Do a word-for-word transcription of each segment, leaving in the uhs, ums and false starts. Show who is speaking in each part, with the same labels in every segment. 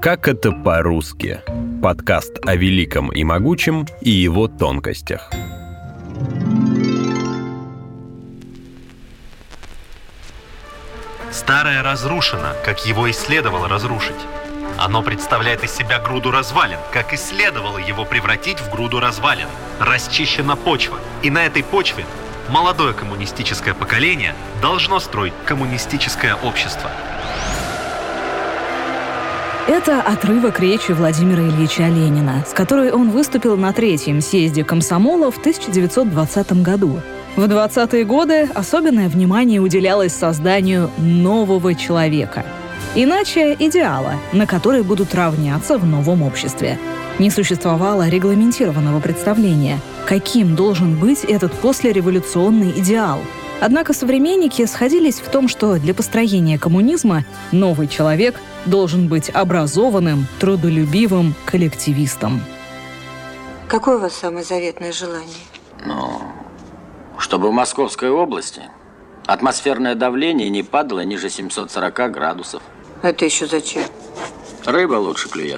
Speaker 1: Как это по-русски? Подкаст о великом и могучем и его тонкостях.
Speaker 2: Старое разрушено, как его и следовало разрушить. Оно представляет из себя груду развалин, как и следовало его превратить в груду развалин. Расчищена почва, и на этой почве молодое коммунистическое поколение должно строить коммунистическое общество.
Speaker 3: Это отрывок речи Владимира Ильича Ленина, с которой он выступил на третьем съезде комсомола в тысяча девятьсот двадцатом году. В двадцатые годы особенное внимание уделялось созданию нового человека. Иначе идеала, на который будут равняться в новом обществе. Не существовало регламентированного представления, каким должен быть этот послереволюционный идеал. Однако современники сходились в том, что для построения коммунизма новый человек должен быть образованным, трудолюбивым коллективистом.
Speaker 4: Какое у вас самое заветное желание?
Speaker 5: Ну, чтобы в Московской области атмосферное давление не падало ниже семьсот сорок градусов.
Speaker 4: Это еще зачем?
Speaker 5: Рыба лучше клюет.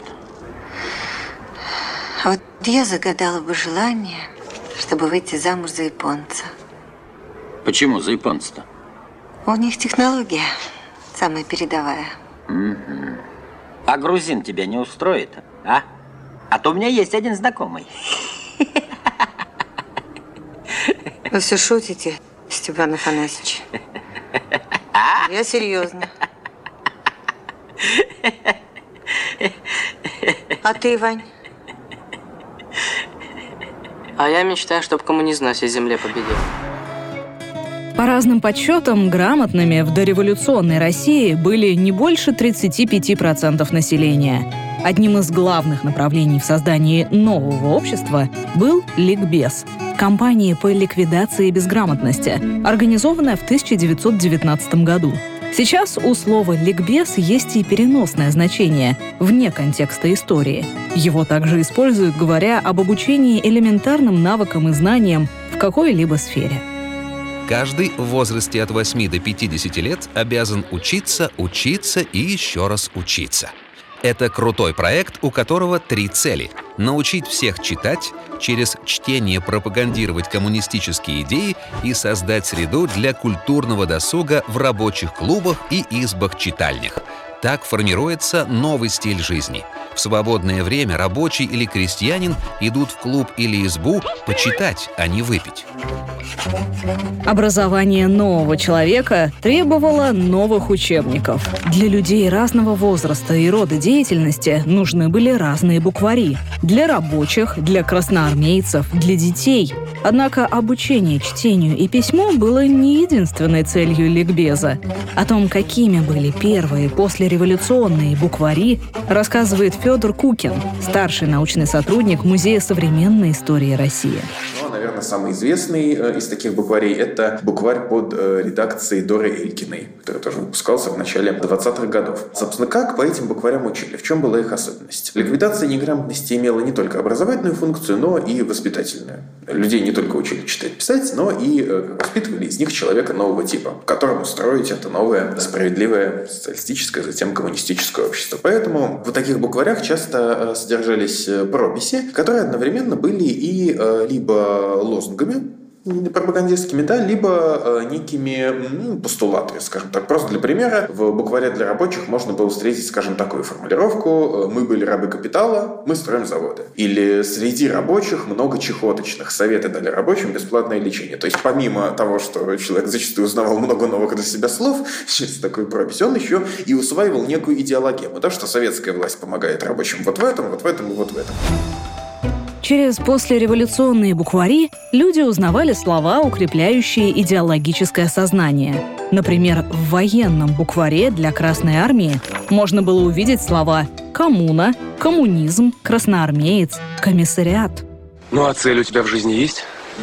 Speaker 4: А вот я загадала бы желание, чтобы выйти замуж за японца.
Speaker 5: Почему за японца-то?
Speaker 4: У них технология самая передовая.
Speaker 5: Угу. А грузин тебя не устроит, а? А то у меня есть один знакомый.
Speaker 4: Вы все шутите, Степан Афанасьевич. Я серьезно. А ты, Вань?
Speaker 6: А я мечтаю, чтобы коммунизм на всей земле победил.
Speaker 3: По разным подсчетам, грамотными в дореволюционной России были не больше тридцать пять процентов населения. Одним из главных направлений в создании нового общества был Ликбез – компания по ликвидации безграмотности, организованная в тысяча девятьсот девятнадцатом году. Сейчас у слова «ликбез» есть и переносное значение, вне контекста истории. Его также используют, говоря об обучении элементарным навыкам и знаниям в какой-либо сфере.
Speaker 7: Каждый в возрасте от восьми до пятидесяти лет обязан учиться, учиться и еще раз учиться. Это крутой проект, у которого три цели – научить всех читать, через чтение пропагандировать коммунистические идеи и создать среду для культурного досуга в рабочих клубах и избах-читальнях. Так формируется новый стиль жизни. В свободное время рабочий или крестьянин идут в клуб или избу почитать, а не выпить.
Speaker 3: Образование нового человека требовало новых учебников. Для людей разного возраста и рода деятельности нужны были разные буквари. Для рабочих, для красноармейцев, для детей. Однако обучение чтению и письму было не единственной целью ликбеза. О том, какими были первые послереволюционные буквари, рассказывает Федор Кукин, старший научный сотрудник Музея современной истории России.
Speaker 8: Ну, наверное, самый известный э, из таких букварей – это букварь под э, редакцией Доры Элькиной, который тоже выпускался в начале двадцатых годов. Собственно, как по этим букварям учили? В чем была их особенность? Ликвидация неграмотности имела не только образовательную функцию, но и воспитательную. Людей не только учили читать и писать, но и э, воспитывали из них человека нового типа, которому строить это новое, справедливое, социалистическое, затем коммунистическое общество. Поэтому в таких букварях часто э, содержались прописи, которые одновременно были и э, либо лозунгами пропагандистскими, да, либо э, некими ну, постулатами, скажем так. Просто для примера, в букваре для рабочих можно было встретить, скажем, такую формулировку: «Мы были рабы капитала, мы строим заводы». Или «Среди рабочих много чехоточных, советы дали рабочим бесплатное лечение». То есть помимо того, что человек зачастую узнавал много новых для себя слов через такую пропись, он еще и усваивал некую идеологему, да, что советская власть помогает рабочим вот в этом, вот в этом и вот в этом.
Speaker 3: Через послереволюционные буквари люди узнавали слова, укрепляющие идеологическое сознание. Например, в военном букваре для Красной армии можно было увидеть слова «коммуна», «коммунизм», «красноармеец», «комиссариат».
Speaker 9: Ну а цель у тебя в жизни есть?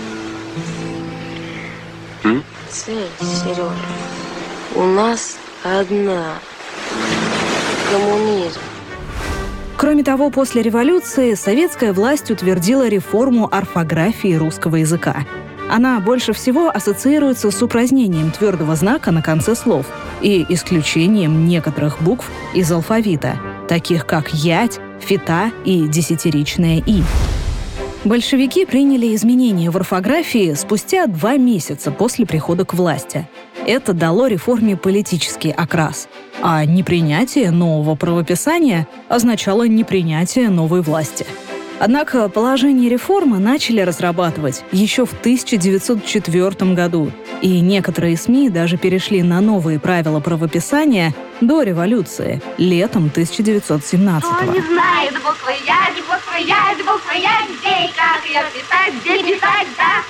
Speaker 9: М?
Speaker 10: Цель, Сережа, у нас одна. Коммунизм.
Speaker 3: Кроме того, после революции советская власть утвердила реформу орфографии русского языка. Она больше всего ассоциируется с упразднением твердого знака на конце слов и исключением некоторых букв из алфавита. таких как ять, фита и десятиричное и. Большевики приняли изменения в орфографии спустя два месяца после прихода к власти. Это дало реформе политический окрас. А непринятие нового правописания означало непринятие новой власти. Однако положение реформы начали разрабатывать еще в тысяча девятьсот четвёртом году, и некоторые СМИ даже перешли на новые правила правописания до революции, летом тысяча девятьсот семнадцатого.
Speaker 11: Кто не знает буквы я, буквы я, буквы я, где и как ее писать, где писать, да?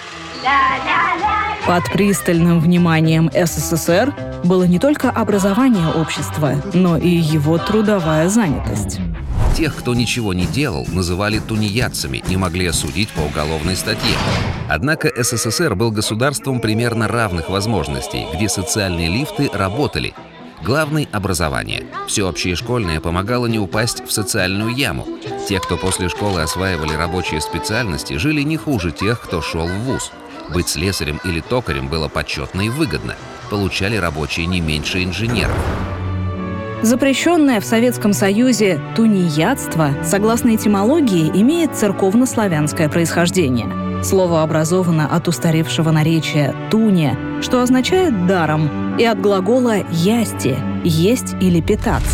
Speaker 11: Ля-ля-ля.
Speaker 3: Под пристальным вниманием СССР было не только образование общества, но и его трудовая занятость.
Speaker 7: Тех, кто ничего не делал, называли тунеядцами и могли осудить по уголовной статье. Однако СССР был государством примерно равных возможностей, где социальные лифты работали. Главное — образование. Всеобщее школьное помогало не упасть в социальную яму. Те, кто после школы осваивали рабочие специальности, жили не хуже тех, кто шел в вуз. Быть слесарем или токарем было почетно и выгодно. Получали рабочие не меньше инженеров.
Speaker 3: Запрещенное в Советском Союзе тунеядство, согласно этимологии, имеет церковно-славянское происхождение. Слово образовано от устаревшего наречия «туне», что означает «даром», и от глагола «ясти» — «есть» или «питаться».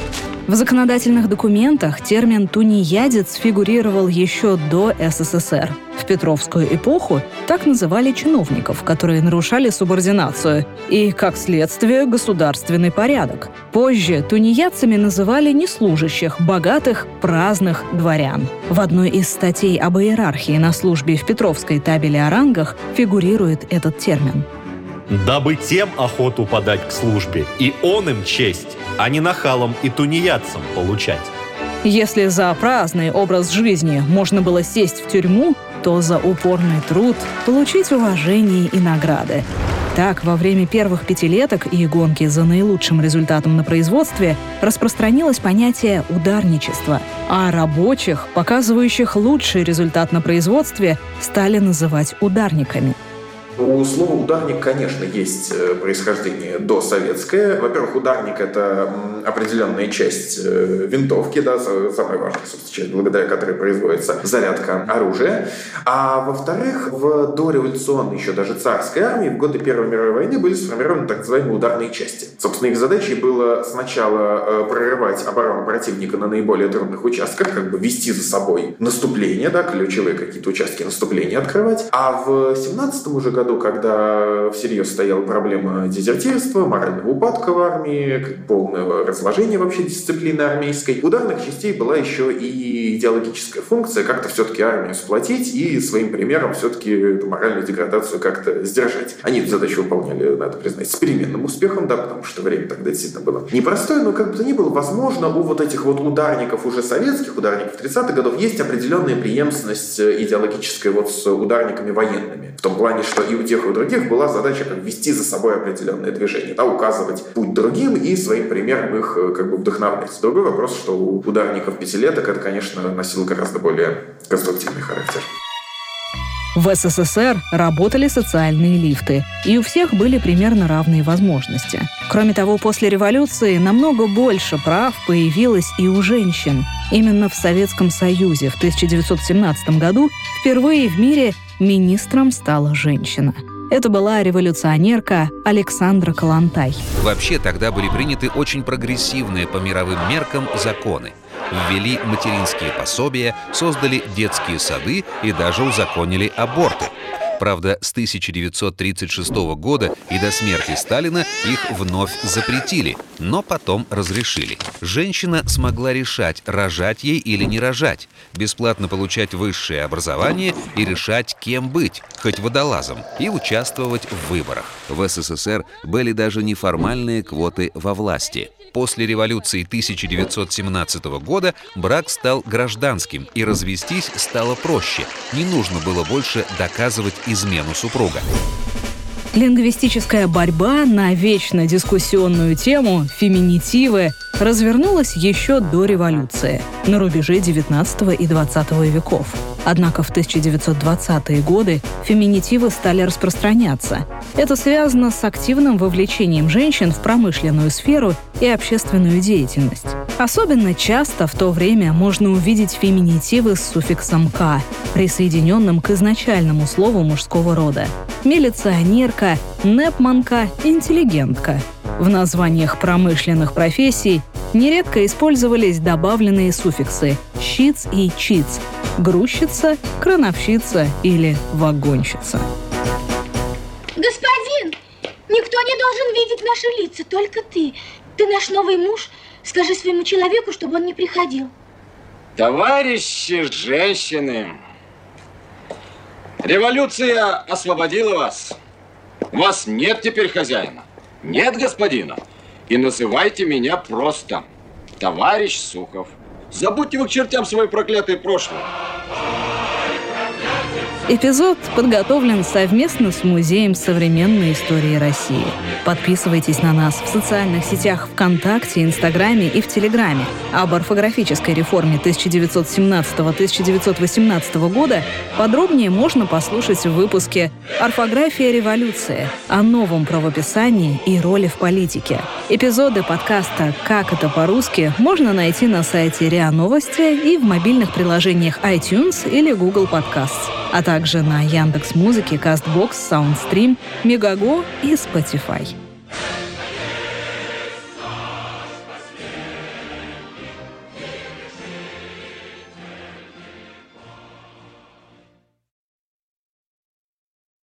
Speaker 3: В законодательных документах термин «тунеядец» фигурировал еще до СССР. В Петровскую эпоху так называли чиновников, которые нарушали субординацию и, как следствие, государственный порядок. Позже тунеядцами называли неслужащих, богатых, праздных дворян. В одной из статей об иерархии на службе в Петровской табеле о рангах фигурирует этот термин.
Speaker 2: «Дабы тем охоту подать к службе, и он им честь, а не нахалам и тунеядцам получать».
Speaker 3: Если за праздный образ жизни можно было сесть в тюрьму, то за упорный труд получить уважение и награды. Так, во время первых пятилеток и гонки за наилучшим результатом на производстве распространилось понятие ударничества, а рабочих, показывающих лучший результат на производстве, стали называть ударниками.
Speaker 8: У слова «ударник», конечно, есть происхождение досоветское. Во-первых, ударник — это определенная часть винтовки, да, самая важная, собственно, часть, благодаря которой производится зарядка оружия. А во-вторых, в дореволюционной, еще даже царской армии, в годы Первой мировой войны были сформированы так называемые ударные части. Собственно, их задачей было сначала прорывать оборону противника на наиболее трудных участках, как бы вести за собой наступление, да, ключевые какие-то участки наступления открывать. А в семнадцатом уже году, когда всерьез стояла проблема дезертирства, морального упадка в армии, полного разложения вообще дисциплины армейской, у ударных частей была еще и идеологическая функция как-то все-таки армию сплотить и своим примером все-таки эту моральную деградацию как-то сдержать. Они эту задачу выполняли, надо признать, с переменным успехом, да, потому что время тогда действительно было непростое, но как бы то ни было, возможно, у вот этих вот ударников уже советских, ударников тридцатых годов, есть определенная преемственность идеологическая вот с ударниками военными. В том плане, что и у тех, и у других была задача как вести за собой определенное движение, да, указывать путь другим и своим примером их как бы вдохновлять. Другой вопрос, что у ударников пятилеток это, конечно, носило гораздо более конструктивный характер.
Speaker 3: В СССР работали социальные лифты, и у всех были примерно равные возможности. Кроме того, после революции намного больше прав появилось и у женщин. Именно в Советском Союзе в тысяча девятьсот семнадцатом году впервые в мире министром стала женщина. Это была революционерка Александра Калантай.
Speaker 7: Вообще тогда были приняты очень прогрессивные по мировым меркам законы. Ввели материнские пособия, создали детские сады и даже узаконили аборты. Правда, с тысяча девятьсот тридцать шестого года и до смерти Сталина их вновь запретили, но потом разрешили. Женщина смогла решать, рожать ей или не рожать, бесплатно получать высшее образование и решать, кем быть, хоть водолазом, и участвовать в выборах. В СССР были даже неформальные квоты во власти. После революции тысяча девятьсот семнадцатого года брак стал гражданским, и развестись стало проще. Не нужно было больше доказывать измену супруга.
Speaker 3: Лингвистическая борьба на вечно дискуссионную тему «феминитивы» развернулась еще до революции, на рубеже девятнадцатого и двадцатого веков. Однако в тысяча девятьсот двадцатые годы феминитивы стали распространяться. Это связано с активным вовлечением женщин в промышленную сферу и общественную деятельность. Особенно часто в то время можно увидеть феминитивы с суффиксом «ка», присоединенным к изначальному слову мужского рода. Милиционерка, непманка, интеллигентка. В названиях промышленных профессий нередко использовались добавленные суффиксы «щиц» и «чиц», грузчица, крановщица или вагонщица.
Speaker 11: Господин, никто не должен видеть наши лица, только ты. Ты наш новый муж. Скажи своему человеку, чтобы он не приходил.
Speaker 12: Товарищи женщины, революция освободила вас. У вас нет теперь хозяина. Нет господина. И называйте меня просто товарищ Сухов. Забудьте вы к чертям свое проклятое прошлое.
Speaker 3: Эпизод подготовлен совместно с Музеем современной истории России. Подписывайтесь на нас в социальных сетях ВКонтакте, Инстаграме и в Телеграме. Об орфографической реформе тысяча девятьсот семнадцатого — тысяча девятьсот восемнадцатого года подробнее можно послушать в выпуске «Орфография революции» о новом правописании и роли в политике. Эпизоды подкаста «Как это по-русски» можно найти на сайте РИА Новости и в мобильных приложениях iTunes или Google Podcasts, а также на Яндекс.Музыке, Castbox, Soundstream, Megago и Spotify.